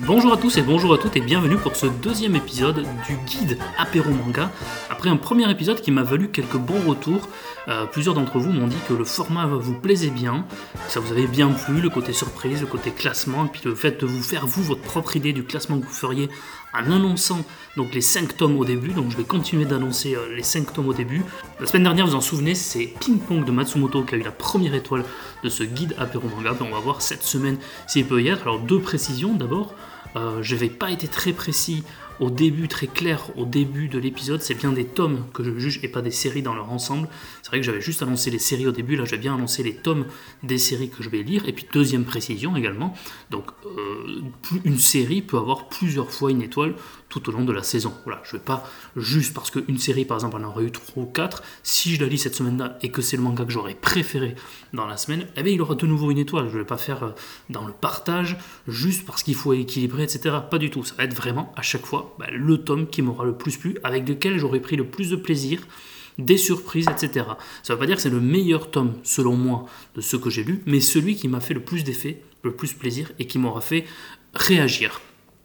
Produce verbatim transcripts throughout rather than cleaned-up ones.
Bonjour à tous et bonjour à toutes et bienvenue pour ce deuxième épisode du guide apéro manga. Après un premier épisode qui m'a valu quelques bons retours, euh, plusieurs d'entre vous m'ont dit que le format vous plaisait bien, que ça vous avait bien plu, le côté surprise, le côté classement, et puis le fait de vous faire vous votre propre idée du classement que vous feriez en annonçant donc les cinq tomes au début. Donc je vais continuer d'annoncer euh, les cinq tomes au début. La semaine dernière, vous en souvenez, c'est Ping Pong de Matsumoto qui a eu la première étoile de ce guide apéro manga. Ben, on va voir cette semaine s'il peut y être. Alors deux précisions d'abord. Euh, je n'avais pas été très précis au début, très clair au début de l'épisode, c'est bien des tomes que je juge et pas des séries dans leur ensemble. C'est vrai que j'avais juste annoncé les séries au début, là je vais bien annoncer les tomes des séries que je vais lire. Et puis deuxième précision également, donc euh, une série peut avoir plusieurs fois une étoile tout au long de la saison. Voilà, je ne vais pas juste parce qu'une série par exemple en aurait eu trois ou quatre, si je la lis cette semaine-là et que c'est le manga que j'aurais préféré dans la semaine, eh bien il aura de nouveau une étoile. Je ne vais pas faire euh, dans le partage juste parce qu'il faut équilibrer, et cetera. Pas du tout, ça va être vraiment à chaque fois bah, le tome qui m'aura le plus plu, avec lequel j'aurai pris le plus de plaisir, des surprises, et cetera. Ça ne veut pas dire que c'est le meilleur tome, selon moi, de ceux que j'ai lus, mais celui qui m'a fait le plus d'effet, le plus plaisir, et qui m'aura fait réagir.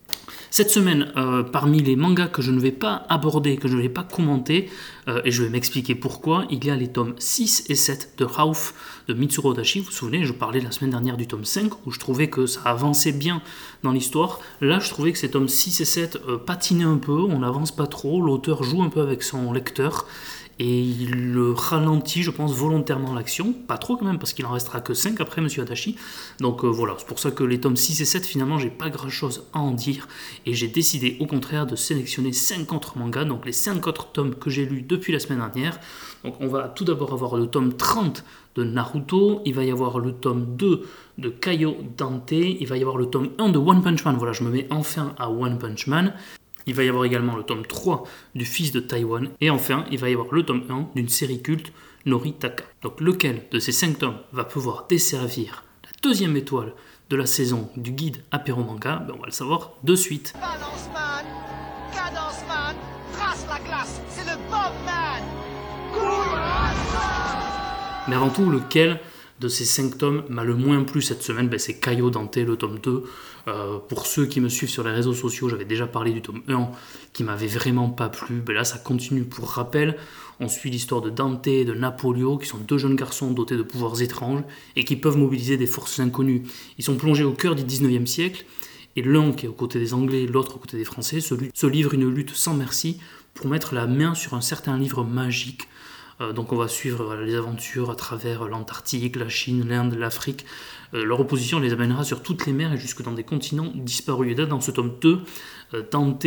Cette semaine, euh, parmi les mangas que je ne vais pas aborder, que je ne vais pas commenter, euh, et je vais m'expliquer pourquoi, il y a les tomes six et sept de Rauf de Mitsuru Adachi. Vous vous souvenez, je parlais la semaine dernière du tome cinq, où je trouvais que ça avançait bien dans l'histoire. Là, je trouvais que ces tomes six et sept euh, patinaient un peu, on n'avance pas trop, l'auteur joue un peu avec son lecteur, et il le ralentit, je pense, volontairement l'action, pas trop quand même, parce qu'il en restera que cinq après Monsieur Adachi. Donc euh, voilà, c'est pour ça que les tomes six et sept, finalement, j'ai pas grand chose à en dire, et j'ai décidé au contraire de sélectionner cinq autres mangas, donc les cinq autres tomes que j'ai lus depuis la semaine dernière. Donc on va tout d'abord avoir le tome trente de Naruto, il va y avoir le tome deux de Kaio Dante, il va y avoir le tome un de One Punch Man, voilà, je me mets enfin à One Punch Man. Il va y avoir également le tome trois du Fils de Taïwan. Et enfin, il va y avoir le tome un d'une série culte, Noritaka. Donc lequel de ces cinq tomes va pouvoir desservir la deuxième étoile de la saison du guide apéro manga, ben on va le savoir de suite. Balance man, cadence man, trace la glace, c'est le Bob man. Mais avant tout, lequel de ces cinq tomes m'a le moins plu cette semaine, ben c'est Kaio Dante, le tome deux. Euh, pour ceux qui me suivent sur les réseaux sociaux, j'avais déjà parlé du tome un qui m'avait vraiment pas plu. Ben là, ça continue. Pour rappel, on suit l'histoire de Dante et de Napoléon, qui sont deux jeunes garçons dotés de pouvoirs étranges et qui peuvent mobiliser des forces inconnues. Ils sont plongés au cœur du dix-neuvième siècle, et l'un qui est aux côtés des Anglais, l'autre aux côtés des Français, se, se livre une lutte sans merci pour mettre la main sur un certain livre magique. Euh, donc on va suivre euh, les aventures à travers l'Antarctique, la Chine, l'Inde, l'Afrique. Euh, leur opposition les amènera sur toutes les mers et jusque dans des continents disparus. Et là, dans ce tome deux, euh, Dante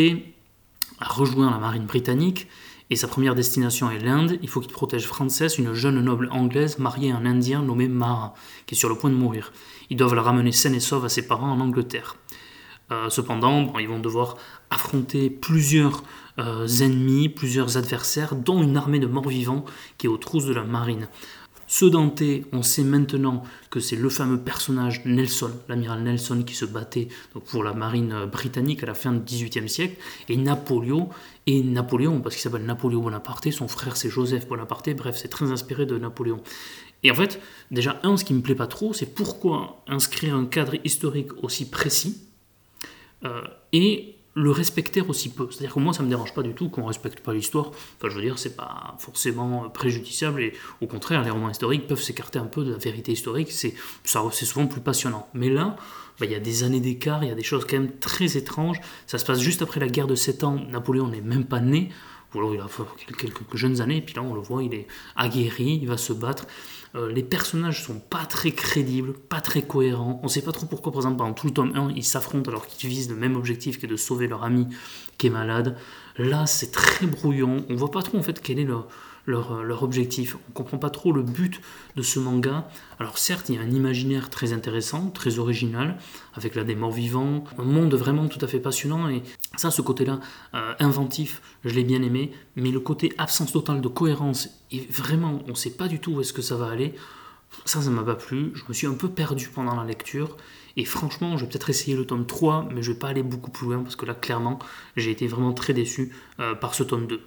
a rejoint la marine britannique et sa première destination est l'Inde. Il faut qu'il protège Frances, une jeune noble anglaise mariée à un Indien nommé Mara, qui est sur le point de mourir. Ils doivent la ramener saine et sauve à ses parents en Angleterre. Euh, cependant, bon, ils vont devoir affronter plusieurs euh, ennemis, plusieurs adversaires, dont une armée de morts-vivants qui est aux trousses de la marine. Ce Dante, on sait maintenant que c'est le fameux personnage Nelson, l'amiral Nelson qui se battait donc, pour la marine britannique à la fin du dix-huitième siècle, et Napoléon, et Napoléon, parce qu'il s'appelle Napoléon Bonaparte, son frère c'est Joseph Bonaparte, bref, c'est très inspiré de Napoléon. Et en fait, déjà, un, ce qui me plaît pas trop, c'est pourquoi inscrire un cadre historique aussi précis, Euh, et le respecter aussi peu. C'est-à-dire que moi, ça ne me dérange pas du tout qu'on ne respecte pas l'histoire. Enfin, je veux dire, c'est pas forcément préjudiciable, et au contraire, les romans historiques peuvent s'écarter un peu de la vérité historique, c'est, ça, c'est souvent plus passionnant. Mais là, bah, il y a des années d'écart, il y a des choses quand même très étranges. Ça se passe juste après la guerre de sept ans, Napoléon n'est même pas né, ou alors il a quelques jeunes années, et puis là, on le voit, il est aguerri, il va se battre. Euh, les personnages sont pas très crédibles, pas très cohérents. On sait pas trop pourquoi, par exemple, pendant tout le tome un, ils s'affrontent alors qu'ils visent le même objectif qui est de sauver leur ami qui est malade. Là, c'est très brouillon. On voit pas trop en fait quel est leur, leur, leur objectif. On comprend pas trop le but de ce manga. Alors certes, il y a un imaginaire très intéressant, très original, avec là des morts-vivants, un monde vraiment tout à fait passionnant, et ça, ce côté-là, euh, inventif, je l'ai bien aimé, mais le côté absence totale de cohérence, et vraiment, on sait pas du tout où est-ce que ça va aller, ça, ça m'a pas plu, je me suis un peu perdu pendant la lecture, et franchement, je vais peut-être essayer le tome trois, mais je vais pas aller beaucoup plus loin, parce que là, clairement, j'ai été vraiment très déçu euh, par ce tome deux.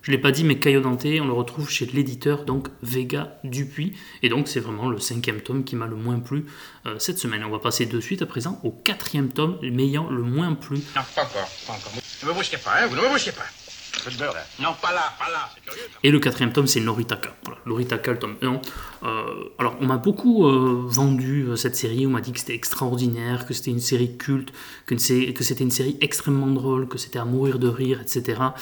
Je ne l'ai pas dit, mais Caio Dante, on le retrouve chez l'éditeur, donc Vega Dupuis. Et donc, c'est vraiment le cinquième tome qui m'a le moins plu euh, cette semaine. On va passer de suite à présent au quatrième tome, m'ayant le moins plu. Non, pas encore, pas encore. Ne me brusquez pas, hein, vous ne me brusquez pas. Un peu de beurre, là. Non, pas là, pas là, c'est curieux. Et le quatrième tome, c'est Noritaka. Voilà, Noritaka, le tome un. Euh, alors, on m'a beaucoup euh, vendu euh, cette série, on m'a dit que c'était extraordinaire, que c'était une série culte, que, une, que c'était une série extrêmement drôle, que c'était à mourir de rire, et cetera.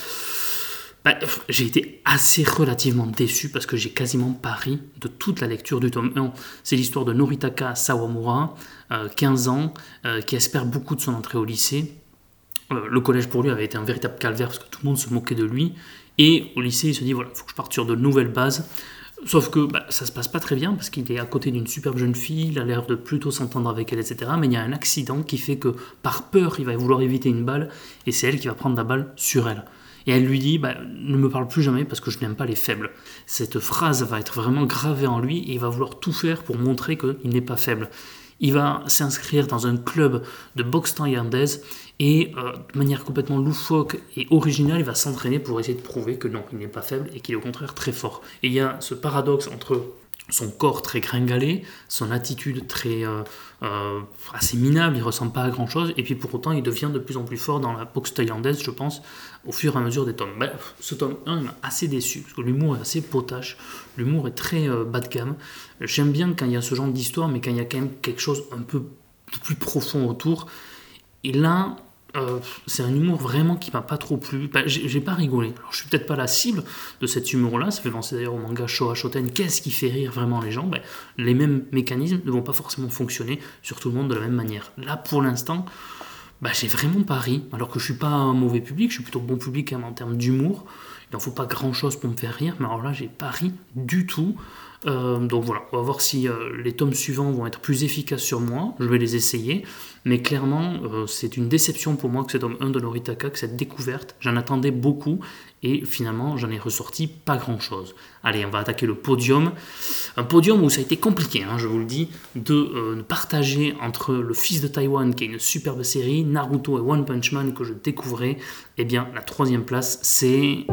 Bah, j'ai été assez relativement déçu parce que j'ai quasiment pas ri de toute la lecture du tome un. C'est l'histoire de Noritaka Sawamura, euh, quinze ans, euh, qui espère beaucoup de son entrée au lycée. Euh, le collège pour lui avait été un véritable calvaire parce que tout le monde se moquait de lui. Et au lycée, il se dit, voilà, il faut que je parte sur de nouvelles bases. Sauf que bah, ça se passe pas très bien parce qu'il est à côté d'une superbe jeune fille, il a l'air de plutôt s'entendre avec elle, et cetera. Mais il y a un accident qui fait que par peur, il va vouloir éviter une balle et c'est elle qui va prendre la balle sur elle. Et elle lui dit, bah, ne me parle plus jamais parce que je n'aime pas les faibles. Cette phrase va être vraiment gravée en lui et il va vouloir tout faire pour montrer qu'il n'est pas faible. Il va s'inscrire dans un club de boxe thaïlandaise et euh, de manière complètement loufoque et originale, il va s'entraîner pour essayer de prouver que non, il n'est pas faible et qu'il est au contraire très fort. Et il y a ce paradoxe entre son corps très gringalé, son attitude très euh, euh, assez minable, il ne ressemble pas à grand chose, et puis pour autant il devient de plus en plus fort dans la boxe thaïlandaise, je pense, au fur et à mesure des tomes. Bref, ce tome un il m'a assez déçu, parce que l'humour est assez potache, l'humour est très euh, bas de gamme. J'aime bien quand il y a ce genre d'histoire, mais quand il y a quand même quelque chose un peu de plus profond autour. Et là, Euh, c'est un humour vraiment qui m'a pas trop plu. Bah, j'ai, j'ai pas rigolé. Alors, je suis peut-être pas la cible de cet humour-là. Ça fait penser d'ailleurs au manga Showa Shoten. Qu'est-ce qui fait rire vraiment les gens? bah, Les mêmes mécanismes ne vont pas forcément fonctionner sur tout le monde de la même manière. Là, pour l'instant, bah, j'ai vraiment pas ri. Alors que je suis pas un mauvais public, je suis plutôt bon public hein, en termes d'humour. Il n'en faut pas grand-chose pour me faire rire, mais alors là, j'ai pas ri du tout. Euh, donc voilà, on va voir si euh, les tomes suivants vont être plus efficaces sur moi. Je vais les essayer, mais clairement, euh, c'est une déception pour moi que ce tome un de Noritaka, que cette découverte, j'en attendais beaucoup, et finalement, j'en ai ressorti pas grand-chose. Allez, on va attaquer le podium. Un podium où ça a été compliqué, hein, je vous le dis, de euh, partager entre Le Fils de Taïwan, qui est une superbe série, Naruto et One Punch Man, que je découvrais. Eh bien, la troisième place, c'est...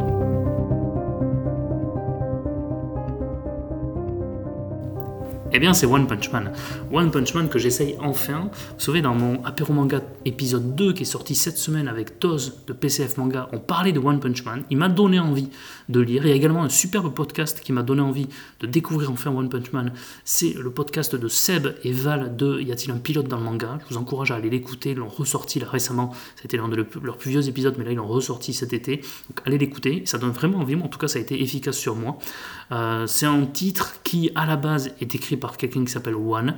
Eh bien, c'est One Punch Man. One Punch Man que j'essaye enfin. Vous savez, dans mon apéro manga épisode deux qui est sorti cette semaine avec Toz de P C F Manga, on parlait de One Punch Man. Il m'a donné envie de lire. Il y a également un superbe podcast qui m'a donné envie de découvrir enfin One Punch Man. C'est le podcast de Seb et Val de Y a-t-il un pilote dans le manga? Je vous encourage à aller l'écouter. Ils l'ont ressorti là récemment. C'était l'un de leurs plus vieux épisodes, mais là, ils l'ont ressorti cet été. Donc, allez l'écouter. Ça donne vraiment envie. Mais en tout cas, ça a été efficace sur moi. Euh, c'est un titre qui, à la base, est écrit par quelqu'un qui s'appelle One.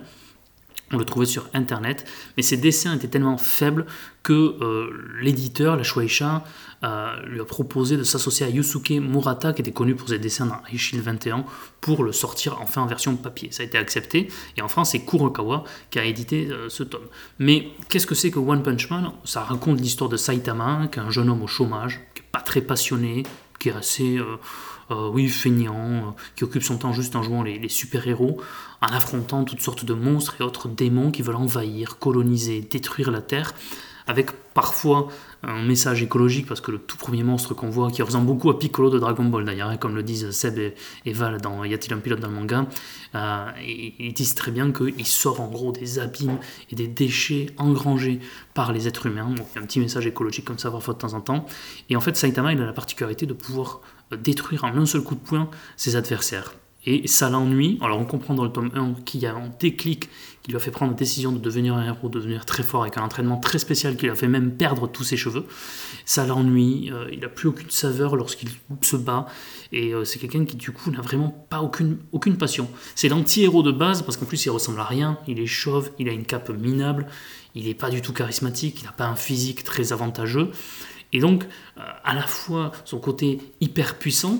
On le trouvait sur internet, mais ses dessins étaient tellement faibles que euh, l'éditeur, la Shueisha, euh, lui a proposé de s'associer à Yusuke Murata, qui était connu pour ses dessins dans Aishil vingt et un, pour le sortir enfin en version papier. Ça a été accepté, et en France, c'est Kurokawa qui a édité euh, ce tome. Mais qu'est-ce que c'est que One Punch Man? Ça raconte l'histoire de Saitama, qui est un jeune homme au chômage, qui n'est pas très passionné, qui est assez... Euh, Euh, oui, feignant, euh, qui occupe son temps juste en jouant les, les super-héros, en affrontant toutes sortes de monstres et autres démons qui veulent envahir, coloniser, détruire la Terre, avec parfois un message écologique, parce que le tout premier monstre qu'on voit, qui ressemble beaucoup à Piccolo de Dragon Ball d'ailleurs, hein, comme le disent Seb et, et Val dans Y a-t-il un pilote dans le manga, euh, et, ils disent très bien qu'il sort en gros des abîmes et des déchets engrangés par les êtres humains. Donc il y a un petit message écologique comme ça parfois de temps en temps. Et en fait, Saitama, il a la particularité de pouvoir détruire en un seul coup de poing ses adversaires. Et ça l'ennuie. Alors on comprend dans le tome un qu'il y a un déclic qui lui a fait prendre la décision de devenir un héros, de devenir très fort avec un entraînement très spécial qui lui a fait même perdre tous ses cheveux. Ça l'ennuie, euh, il n'a plus aucune saveur lorsqu'il se bat, et euh, c'est quelqu'un qui du coup n'a vraiment pas aucune, aucune passion. C'est l'anti-héros de base, parce qu'en plus il ressemble à rien, il est chauve, il a une cape minable, il n'est pas du tout charismatique, il n'a pas un physique très avantageux, et donc euh, à la fois son côté hyper puissant,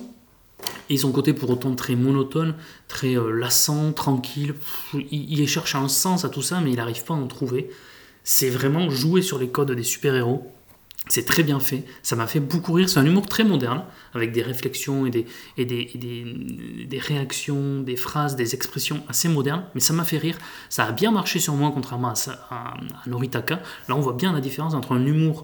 et son côté pour autant très monotone, très euh, lassant, tranquille. Il, il cherche un sens à tout ça, mais il n'arrive pas à en trouver. C'est vraiment jouer sur les codes des super-héros. C'est très bien fait, ça m'a fait beaucoup rire. C'est un humour très moderne, avec des réflexions et des, et des, et des, des réactions, des phrases, des expressions assez modernes, mais ça m'a fait rire. Ça a bien marché sur moi, contrairement à, à, à Noritaka. Là, on voit bien la différence entre un humour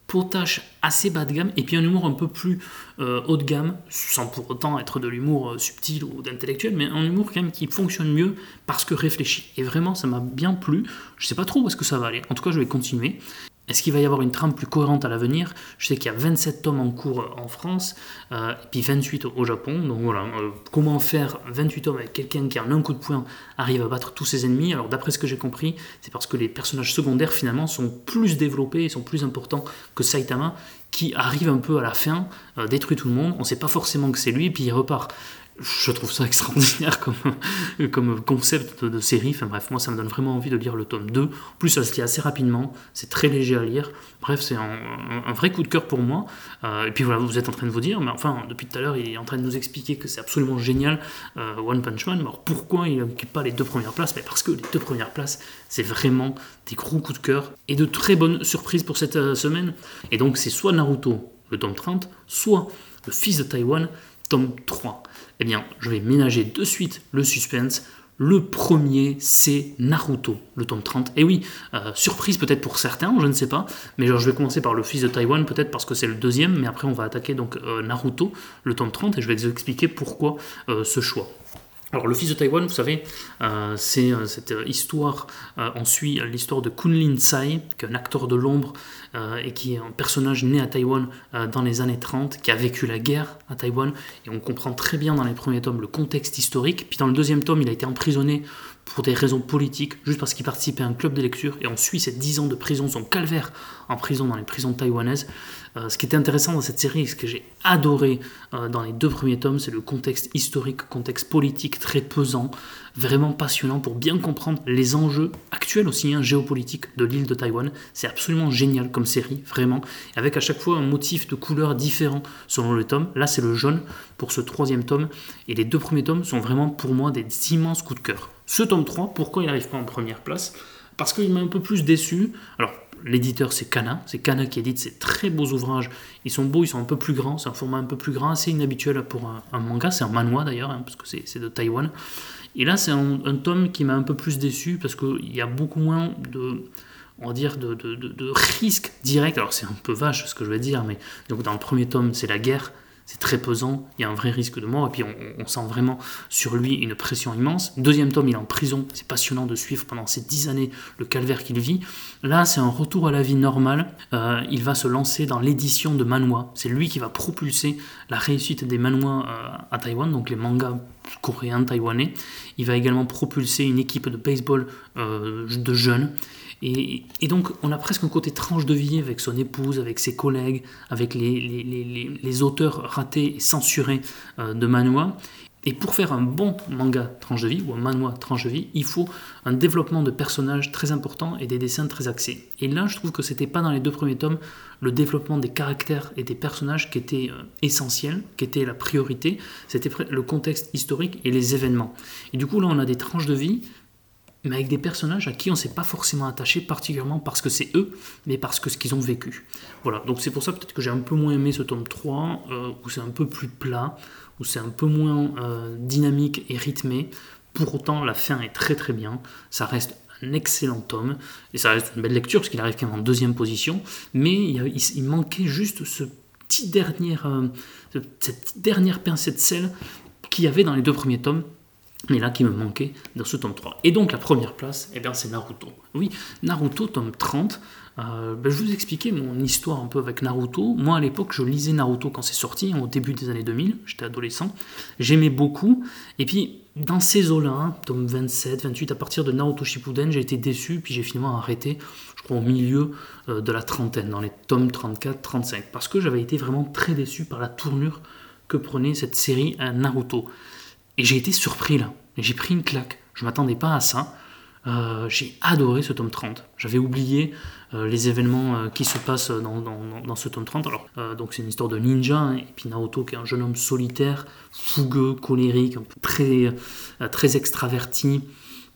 potache assez bas de gamme, et puis un humour un peu plus euh, haut de gamme, sans pour autant être de l'humour euh, subtil ou d'intellectuel, mais un humour quand même qui fonctionne mieux parce que réfléchi. Et vraiment, ça m'a bien plu. Je sais pas trop où est-ce que ça va aller. En tout cas, je vais continuer. Est-ce qu'il va y avoir une trame plus cohérente à l'avenir ? Je sais qu'il y a vingt-sept tomes en cours en France, euh, et puis vingt-huit au Japon. Donc voilà, euh, comment faire vingt-huit tomes avec quelqu'un qui en un coup de poing arrive à battre tous ses ennemis ? Alors d'après ce que j'ai compris, c'est parce que les personnages secondaires finalement sont plus développés et sont plus importants que Saitama, qui arrive un peu à la fin, euh, détruit tout le monde, on ne sait pas forcément que c'est lui, puis il repart. Je trouve ça extraordinaire comme, comme concept de, de série. Enfin bref, moi ça me donne vraiment envie de lire le tome deux. En plus, ça se lit assez rapidement, c'est très léger à lire. Bref, c'est un, un, un vrai coup de cœur pour moi. Euh, et puis voilà, vous êtes en train de vous dire, mais enfin, depuis tout à l'heure, il est en train de nous expliquer que c'est absolument génial, euh, One Punch Man. Alors pourquoi il n'occupe pas les deux premières places ? Mais parce que les deux premières places, c'est vraiment des gros coups de cœur et de très bonnes surprises pour cette euh, semaine. Et donc, c'est soit Naruto, le tome trente, soit Le Fils de Taïwan, tome trois. Eh bien, je vais ménager de suite le suspense. Le premier, c'est Naruto, le tome trente. Et oui, euh, surprise peut-être pour certains, je ne sais pas, mais genre, je vais commencer par Le Fils de Taïwan, peut-être parce que c'est le deuxième, mais après on va attaquer donc euh, Naruto, le tome trente, et je vais vous expliquer pourquoi euh, ce choix. Alors, Le Fils de Taïwan, vous savez, euh, c'est euh, cette histoire, euh, on suit l'histoire de Kunlun Tsai, qui est un acteur de l'ombre euh, et qui est un personnage né à Taïwan euh, dans les années trente, qui a vécu la guerre à Taïwan, et on comprend très bien dans les premiers tomes le contexte historique. Puis dans le deuxième tome, il a été emprisonné pour des raisons politiques, juste parce qu'il participait à un club de lecture, et on suit ces dix ans de prison, son calvaire en prison dans les prisons taïwanaises. Euh, ce qui est intéressant dans cette série, ce que j'ai adoré euh, dans les deux premiers tomes, c'est le contexte historique, contexte politique très pesant, vraiment passionnant pour bien comprendre les enjeux actuels aussi, hein, géopolitiques de l'île de Taïwan. C'est absolument génial comme série, vraiment, avec à chaque fois un motif de couleur différent selon le tome. Là, c'est le jaune pour ce troisième tome, et les deux premiers tomes sont vraiment pour moi des immenses coups de cœur. Ce tome trois, pourquoi il n'arrive pas en première place ? Parce qu'il m'a un peu plus déçu. Alors, l'éditeur, c'est Kana. C'est Kana qui édite ces très beaux ouvrages. Ils sont beaux, ils sont un peu plus grands. C'est un format un peu plus grand, assez inhabituel pour un, un manga. C'est un manhwa d'ailleurs, hein, parce que c'est, c'est de Taïwan. Et là, c'est un, un tome qui m'a un peu plus déçu, parce qu'il y a beaucoup moins de... on va dire, de, de, de, de risques directs. Alors, c'est un peu vache ce que je vais dire, mais donc, dans le premier tome, c'est la guerre. C'est très pesant, il y a un vrai risque de mort, et puis on, on sent vraiment sur lui une pression immense. Deuxième tome, il est en prison, c'est passionnant de suivre pendant ces dix années le calvaire qu'il vit. Là, c'est un retour à la vie normale, euh, il va se lancer dans l'édition de manhwa. C'est lui qui va propulser la réussite des manhwa euh, à Taïwan, donc les mangas coréens, taïwanais. Il va également propulser une équipe de baseball euh, de jeunes. Et, et donc, on a presque un côté tranche de vie avec son épouse, avec ses collègues, avec les, les, les, les auteurs ratés et censurés euh, de manhwa. Et pour faire un bon manga tranche de vie, ou un manhwa tranche de vie, il faut un développement de personnages très important et des dessins très axés. Et là, je trouve que c'était pas dans les deux premiers tomes le développement des caractères et des personnages qui était euh, essentiel, qui était la priorité. C'était le contexte historique et les événements. Et du coup, là, on a des tranches de vie, mais avec des personnages à qui on ne s'est pas forcément attaché, particulièrement parce que c'est eux, mais parce que ce qu'ils ont vécu. Voilà, donc c'est pour ça peut-être que j'ai un peu moins aimé ce tome trois, euh, où c'est un peu plus plat, où c'est un peu moins euh, dynamique et rythmé. Pour autant, la fin est très très bien, ça reste un excellent tome, et ça reste une belle lecture, parce qu'il arrive quand même en deuxième position, mais il, y a, il, il manquait juste ce petit dernier, euh, cette petite dernière pincée de sel qu'il y avait dans les deux premiers tomes, mais là qui me manquait dans ce tome trois. Et donc la première place, eh bien, c'est Naruto. Oui, Naruto, tome trente. Euh, ben, je vais vous expliquer mon histoire un peu avec Naruto. Moi à l'époque, je lisais Naruto quand c'est sorti, au début des années deux mille, j'étais adolescent. J'aimais beaucoup. Et puis dans ces eaux-là, hein, tome vingt-sept, vingt-huit, à partir de Naruto Shippuden, j'ai été déçu, puis j'ai finalement arrêté, je crois au milieu euh, de la trentaine, dans les tomes trente-quatre, trente-cinq, parce que j'avais été vraiment très déçu par la tournure que prenait cette série à Naruto. Et j'ai été surpris là, j'ai pris une claque, je ne m'attendais pas à ça, euh, j'ai adoré ce tome trente, j'avais oublié euh, les événements euh, qui se passent dans, dans, dans ce tome trente. Alors, euh, donc c'est une histoire de ninja, hein, et puis Naruto qui est un jeune homme solitaire, fougueux, colérique, un peu très, euh, très extraverti,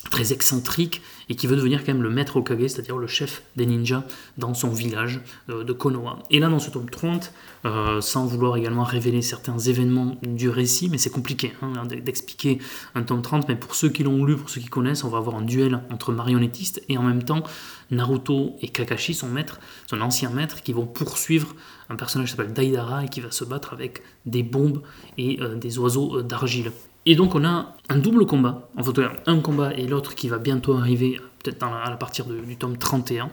très excentrique et qui veut devenir quand même le maître Hokage, c'est-à-dire le chef des ninjas dans son village de, de Konoha. Et là, dans ce tome trente, euh, sans vouloir également révéler certains événements du récit, mais c'est compliqué hein, d'expliquer un tome trente, mais pour ceux qui l'ont lu, pour ceux qui connaissent, on va avoir un duel entre marionnettistes et en même temps Naruto et Kakashi, son maître, son ancien maître, qui vont poursuivre un personnage qui s'appelle Deidara et qui va se battre avec des bombes et euh, des oiseaux euh, d'argile. Et donc on a un double combat, en fait un combat et l'autre qui va bientôt arriver, peut-être dans la, à partir de, du tome trente et un.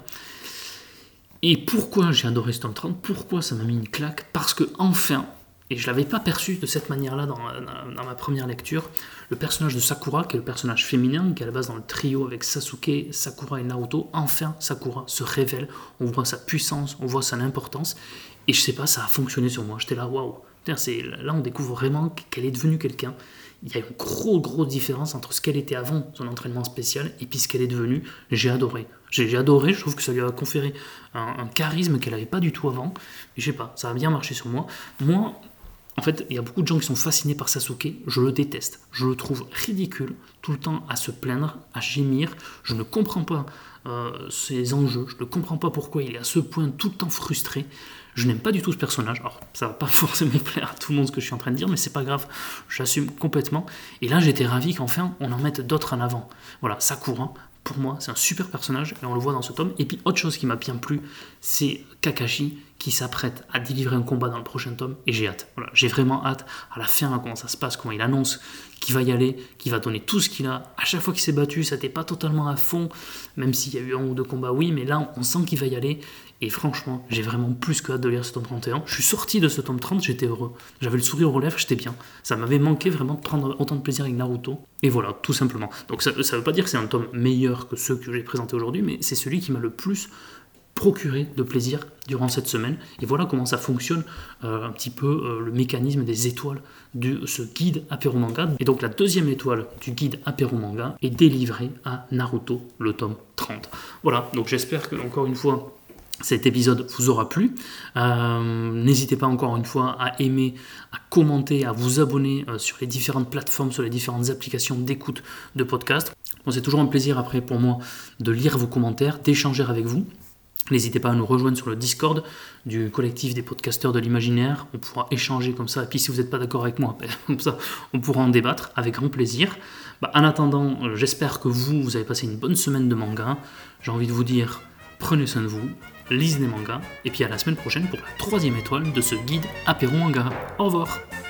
Et pourquoi j'ai adoré ce tome trente? Pourquoi ça m'a mis une claque? Parce que enfin, et je ne l'avais pas perçu de cette manière-là dans, dans, dans ma première lecture, le personnage de Sakura, qui est le personnage féminin, qui est à la base dans le trio avec Sasuke, Sakura et Naruto, enfin Sakura se révèle, on voit sa puissance, on voit son importance, et je sais pas, ça a fonctionné sur moi, j'étais là, waouh, là on découvre vraiment qu'elle est devenue quelqu'un. Il y a une grosse, grosse différence entre ce qu'elle était avant son entraînement spécial et puis ce qu'elle est devenue. J'ai adoré. J'ai, j'ai adoré, je trouve que ça lui a conféré un, un charisme qu'elle n'avait pas du tout avant. Et je sais pas, ça a bien marché sur moi. Moi, en fait, il y a beaucoup de gens qui sont fascinés par Sasuke. Je le déteste. Je le trouve ridicule, tout le temps à se plaindre, à gémir. Je ne comprends pas euh, ses enjeux. Je ne comprends pas pourquoi il est à ce point tout le temps frustré. Je n'aime pas du tout ce personnage. Alors, ça va pas forcément plaire à tout le monde ce que je suis en train de dire, mais c'est pas grave, j'assume complètement. Et là, j'étais ravi qu'enfin, on en mette d'autres en avant. Voilà, Sakura, pour moi, c'est un super personnage, et on le voit dans ce tome. Et puis, autre chose qui m'a bien plu, c'est Kakashi, qui s'apprête à délivrer un combat dans le prochain tome, et j'ai hâte. Voilà, j'ai vraiment hâte, à la fin, là, comment ça se passe, comment il annonce qu'il va y aller, qu'il va donner tout ce qu'il a. À chaque fois qu'il s'est battu, ça n'était pas totalement à fond, même s'il y a eu un ou deux combats, oui, mais là, on sent qu'il va y aller. Et franchement, j'ai vraiment plus que hâte de lire ce tome trente et un. Je suis sorti de ce tome trente, j'étais heureux. J'avais le sourire aux lèvres, j'étais bien. Ça m'avait manqué vraiment de prendre autant de plaisir avec Naruto. Et voilà, tout simplement. Donc ça ne veut pas dire que c'est un tome meilleur que ceux que j'ai présentés aujourd'hui, mais c'est celui qui m'a le plus procuré de plaisir durant cette semaine. Et voilà comment ça fonctionne euh, un petit peu euh, le mécanisme des étoiles de ce guide apéro manga. Et donc la deuxième étoile du guide apéro manga est délivrée à Naruto, le tome trente. Voilà, donc j'espère que, encore une fois, cet épisode vous aura plu. Euh, n'hésitez pas encore une fois à aimer, à commenter, à vous abonner euh, sur les différentes plateformes, sur les différentes applications d'écoute de podcast. Bon, c'est toujours un plaisir après pour moi de lire vos commentaires, d'échanger avec vous. N'hésitez pas à nous rejoindre sur le Discord du collectif des podcasteurs de l'imaginaire. On pourra échanger comme ça. Et puis si vous n'êtes pas d'accord avec moi, ben, comme ça, on pourra en débattre avec grand plaisir. Bah, en attendant, euh, j'espère que vous, vous avez passé une bonne semaine de manga. J'ai envie de vous dire, prenez soin de vous, lisez des mangas. Et puis à la semaine prochaine pour la troisième étoile de ce guide apéro manga. Au revoir.